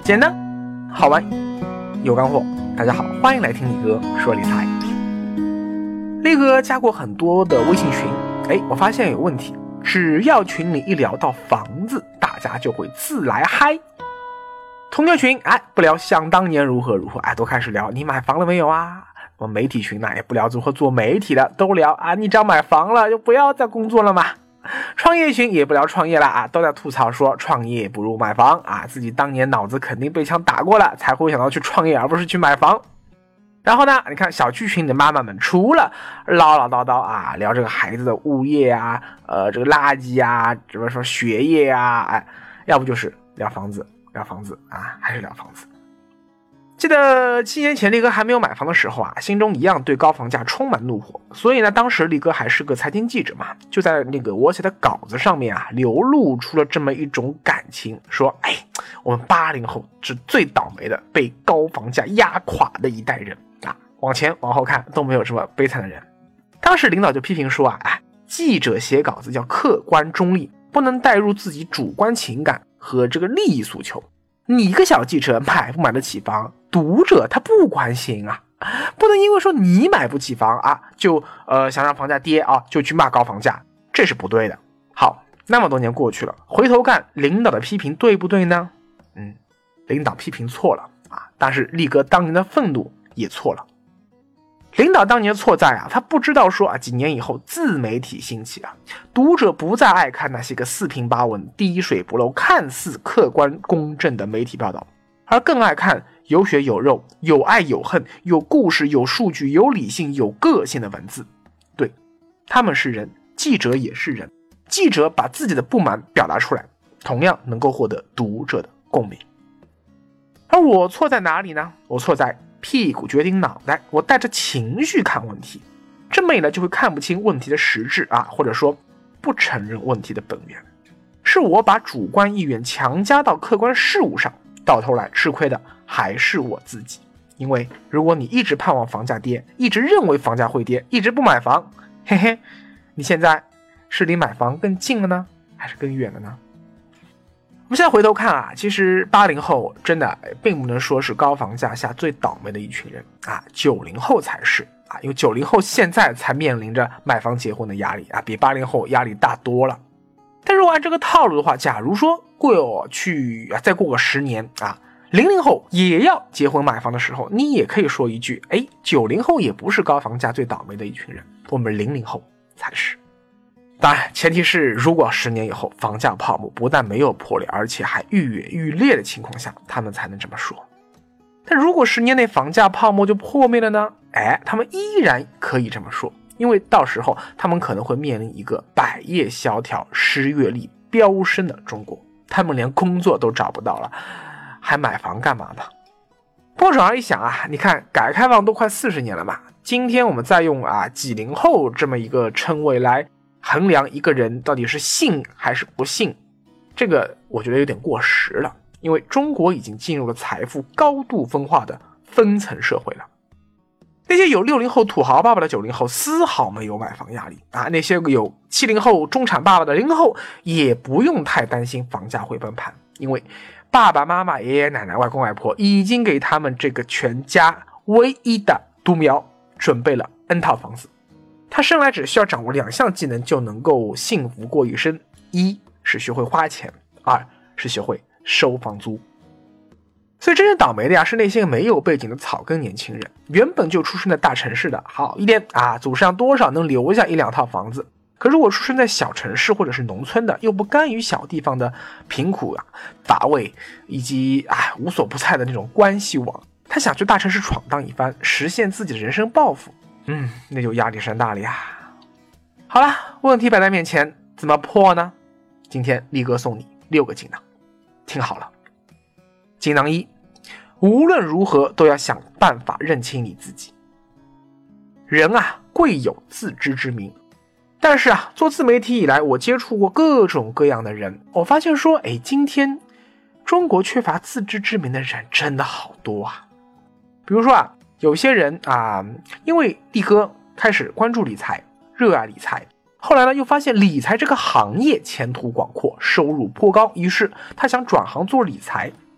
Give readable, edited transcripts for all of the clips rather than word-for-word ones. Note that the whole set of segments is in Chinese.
简单好玩有干货。大家好，欢迎来听力哥说理财。力哥加过很多的微信群，我发现有问题，只要群里一聊到房子，大家就会自来嗨。同学群不聊想当年如何如何，都开始聊你买房了没有啊。我媒体群呢也不聊如何做媒体的，都聊你只要买房了就不要再工作了嘛。创业群也不聊创业了都在吐槽说创业不如买房自己当年脑子肯定被枪打过了，才会想到去创业而不是去买房。然后呢，你看小区群的妈妈们除了唠唠叨叨聊这个孩子的物业这个垃圾怎么说学业要不就是聊房子还是聊房子。记得7年前力哥还没有买房的时候心中一样对高房价充满怒火，所以呢，当时力哥还是个财经记者嘛，就在那个我写的稿子上面流露出了这么一种感情，说我们80后是最倒霉的，被高房价压垮的一代人往前往后看都没有什么悲惨的人。当时领导就批评说记者写稿子要客观中立，不能带入自己主观情感和这个利益诉求。你一个小记者买不买得起房，读者他不关心不能因为说你买不起房就想让房价跌就去骂高房价，这是不对的。好，那么多年过去了，回头看领导的批评对不对呢？领导批评错了但是力哥当年的愤怒也错了。领导当年的错在他不知道说几年以后自媒体兴起读者不再爱看那些个四平八稳滴水不漏看似客观公正的媒体报道，而更爱看有血有肉有爱有恨有故事有数据有理性有个性的文字。对，他们是人，记者也是人，记者把自己的不满表达出来，同样能够获得读者的共鸣。而我错在哪里呢？我错在屁股决定脑袋，我带着情绪看问题，这么一来就会看不清问题的实质或者说不承认问题的本源。是我把主观意愿强加到客观事物上，到头来吃亏的还是我自己。因为如果你一直盼望房价跌，一直认为房价会跌，一直不买房，你现在是离买房更近了呢，还是更远了呢？我们现在回头看其实80后真的并不能说是高房价下最倒霉的一群人90后才是因为90后现在才面临着买房结婚的压力比80后压力大多了。但如果按这个套路的话，假如说再过个10年00后也要结婚买房的时候，你也可以说一句90后也不是高房价最倒霉的一群人，我们00后才是。当然前提是如果10年以后房价泡沫不但没有破裂，而且还愈演愈烈的情况下，他们才能这么说。但如果10年内房价泡沫就破灭了呢？他们依然可以这么说，因为到时候他们可能会面临一个百业萧条失业率飙升的中国，他们连工作都找不到了，还买房干嘛呢？不过转而一想你看改革开放都快40年了嘛，今天我们再用90后这么一个称谓来衡量一个人到底是信还是不信，这个我觉得有点过时了，因为中国已经进入了财富高度分化的分层社会了。那些有60后土豪爸爸的90后丝毫没有买房压力那些有70后中产爸爸的00后也不用太担心房价会崩盘，因为爸爸妈妈爷爷奶奶外公外婆已经给他们这个全家唯一的独苗准备了 N 套房子。他生来只需要掌握2项技能就能够幸福过一生，一是学会花钱，二是学会收房租。所以真正倒霉的是那些没有背景的草根年轻人，原本就出生在大城市的好一点祖上多少能留下1-2套房子，可如果出生在小城市或者是农村的，又不甘于小地方的贫苦乏味以及无所不在的那种关系网，他想去大城市闯荡一番，实现自己的人生抱负，那就压力山大了呀。好了，问题摆在面前，怎么破呢？今天力哥送你6个锦囊，听好了。锦囊1，无论如何都要想办法认清你自己。人贵有自知之明，但是做自媒体以来，我接触过各种各样的人，我发现说今天中国缺乏自知之明的人真的好多比如说有些人因为力哥开始关注理财，热爱理财，后来呢又发现理财这个行业前途广阔，收入颇高，于是他想转行做理财。但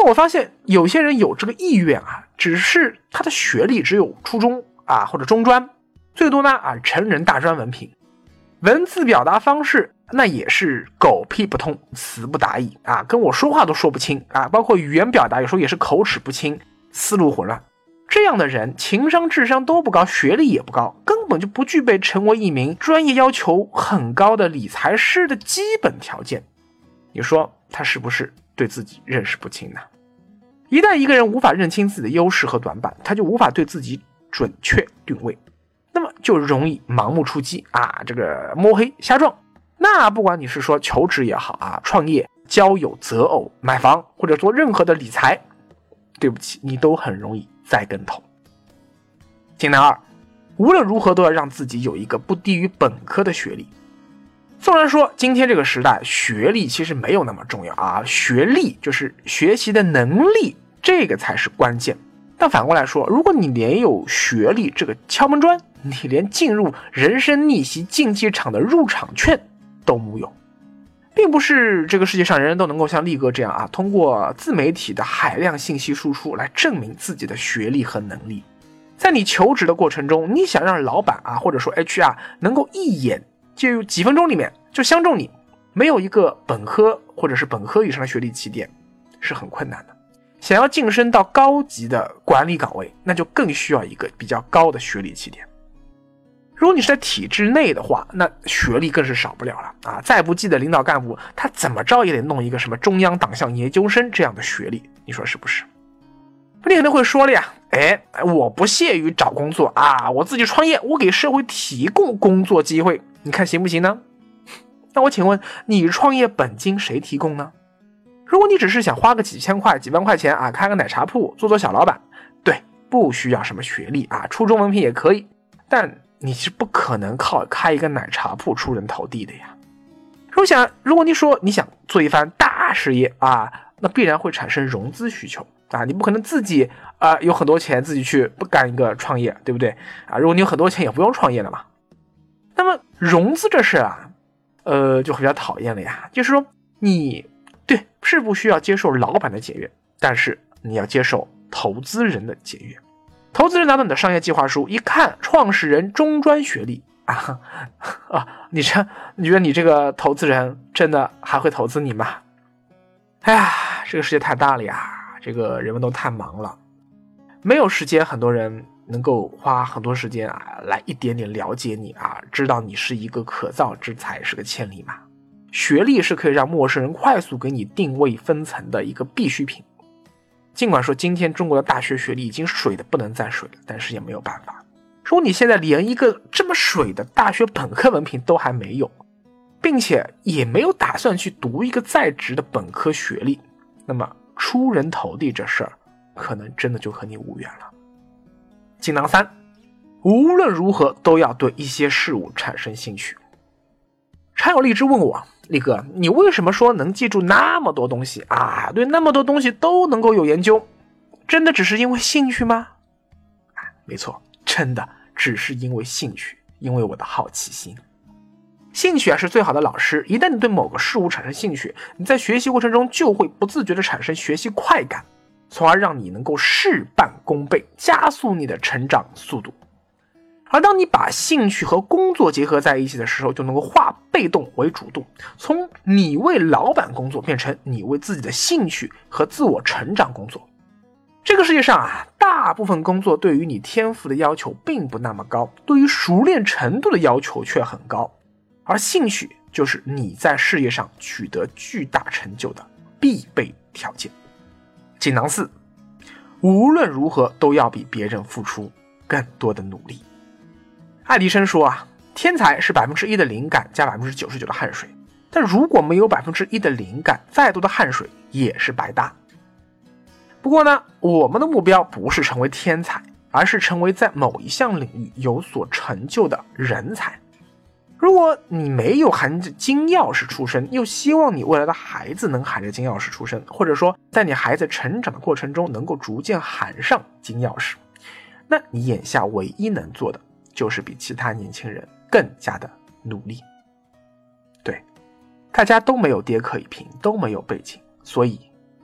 我发现有些人有这个意愿啊，只是他的学历只有初中啊或者中专，最多呢成人大专文凭，文字表达方式那也是狗屁不通，词不达意啊，跟我说话都说不清啊，包括语言表达有时候也是口齿不清，思路混乱。这样的人情商智商都不高，学历也不高，根本就不具备成为一名专业要求很高的理财师的基本条件。你说他是不是对自己认识不清呢？一旦一个人无法认清自己的优势和短板，他就无法对自己准确定位，那么就容易盲目出击啊，这个摸黑瞎撞。那不管你是说求职也好啊，创业、交友、择偶、买房或者做任何的理财，对不起，你都很容易栽跟头。技能2，无论如何都要让自己有一个不低于本科的学历。纵然说今天这个时代学历其实没有那么重要啊，学历就是学习的能力，这个才是关键。但反过来说，如果你连有学历这个敲门砖，你连进入人生逆袭竞技场的入场券都木有，并不是这个世界上人人都能够像力哥这样啊，通过自媒体的海量信息输出来证明自己的学历和能力。在你求职的过程中，你想让老板啊或者说 HR 能够一眼就几分钟里面就相中你，没有一个本科或者是本科以上的学历起点是很困难的。想要晋升到高级的管理岗位，那就更需要一个比较高的学历起点。如果你是在体制内的话，那学历更是少不了了啊！再不济的领导干部，他怎么着也得弄一个什么中央党校研究生这样的学历，你说是不是？你可能会说了呀，我不屑于找工作啊，我自己创业，我给社会提供工作机会，你看行不行呢？那我请问你创业本金谁提供呢？如果你只是想花个几千块几万块钱啊，开个奶茶铺做小老板，对，不需要什么学历啊，初中文凭也可以，但你是不可能靠开一个奶茶铺出人头地的呀。如果你说你想做一番大事业啊，那必然会产生融资需求啊，你不可能自己有很多钱自己去不干一个创业，对不对啊？如果你有很多钱也不用创业了嘛。那么融资这事啊，就比较讨厌了呀。就是说你对是不需要接受老板的解约，但是你要接受投资人的解约。投资人拿到你的商业计划书一看，创始人中专学历你觉得你这个投资人真的还会投资你吗？哎呀，这个世界太大了呀，这个人们都太忙了，没有时间，很多人能够花很多时间来一点点了解你知道你是一个可造之材，是个千里马。学历是可以让陌生人快速给你定位分层的一个必需品。尽管说今天中国的大学学历已经水的不能再水了，但是也没有办法。如果你现在连一个这么水的大学本科文凭都还没有，并且也没有打算去读一个在职的本科学历，那么出人头地这事儿可能真的就和你无缘了。技能3，无论如何都要对一些事物产生兴趣。常有荔枝问我，力哥，你为什么说能记住那么多东西对那么多东西都能够有研究，真的只是因为兴趣吗？没错，真的只是因为兴趣，因为我的好奇心。兴趣是最好的老师，一旦你对某个事物产生兴趣，你在学习过程中就会不自觉地产生学习快感，从而让你能够事半功倍，加速你的成长速度。而当你把兴趣和工作结合在一起的时候，就能够化被动为主动，从你为老板工作变成你为自己的兴趣和自我成长工作。这个世界上大部分工作对于你天赋的要求并不那么高，对于熟练程度的要求却很高，而兴趣就是你在事业上取得巨大成就的必备条件。技能4，无论如何都要比别人付出更多的努力。爱迪生说天才是 1% 的灵感加 99% 的汗水，但如果没有 1% 的灵感，再多的汗水也是白搭。不过呢，我们的目标不是成为天才，而是成为在某一项领域有所成就的人才。如果你没有含着金钥匙出生，又希望你未来的孩子能含着金钥匙出生，或者说在你孩子成长的过程中能够逐渐含上金钥匙，那你眼下唯一能做的就是比其他年轻人更加的努力。对，大家都没有爹可以拼，都没有背景，所以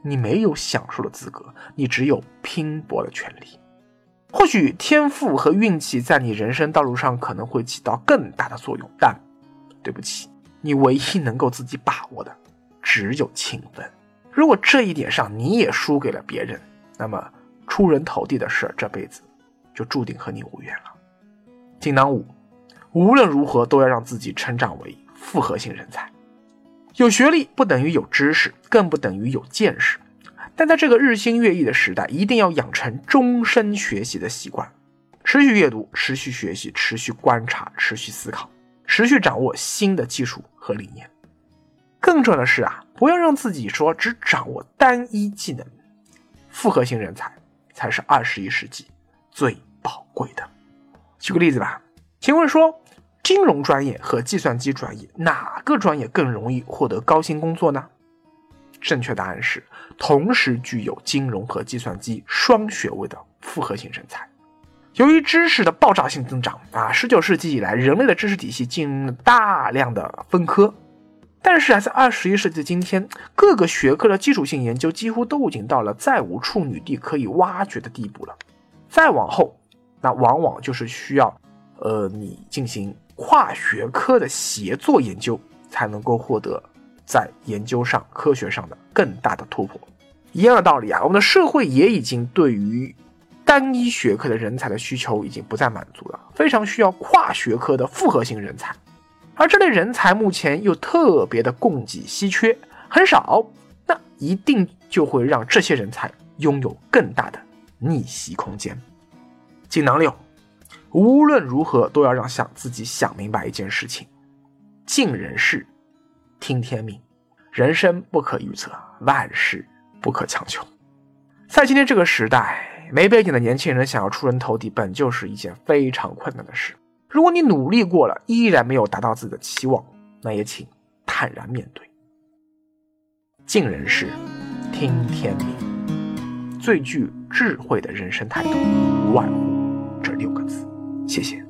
你没有享受的资格，你只有拼搏的权利。或许天赋和运气在你人生道路上可能会起到更大的作用，但对不起，你唯一能够自己把握的只有勤奋。如果这一点上你也输给了别人，那么出人头地的事这辈子就注定和你无缘了。锦囊5，无论如何都要让自己成长为复合型人才。有学历不等于有知识，更不等于有见识，但在这个日新月异的时代，一定要养成终身学习的习惯，持续阅读，持续学习，持续观察，持续思考，持续掌握新的技术和理念。更重要的是不要让自己说只掌握单一技能，复合型人才才是21世纪最宝贵的。举个例子吧，请问说金融专业和计算机专业哪个专业更容易获得高薪工作呢？正确答案是同时具有金融和计算机双学位的复合型人才。由于知识的爆炸性增长19世纪以来，人类的知识体系进行了大量的分科，但是在21世纪今天，各个学科的基础性研究几乎都已经到了再无处女地可以挖掘的地步了。再往后，那往往就是需要你进行跨学科的协作研究，才能够获得在研究上科学上的更大的突破。一样的道理我们的社会也已经对于单一学科的人才的需求已经不再满足了，非常需要跨学科的复合型人才。而这类人才目前又特别的供给稀缺，很少，那一定就会让这些人才拥有更大的逆袭空间。锦囊6，无论如何都要让自己想明白一件事情，尽人事，听天命，人生不可预测，万事不可强求。在今天这个时代，没背景的年轻人想要出人头地本就是一件非常困难的事。如果你努力过了依然没有达到自己的期望，那也请坦然面对。尽人事，听天命，最具智慧的人生态度无外乎这6个字。谢谢。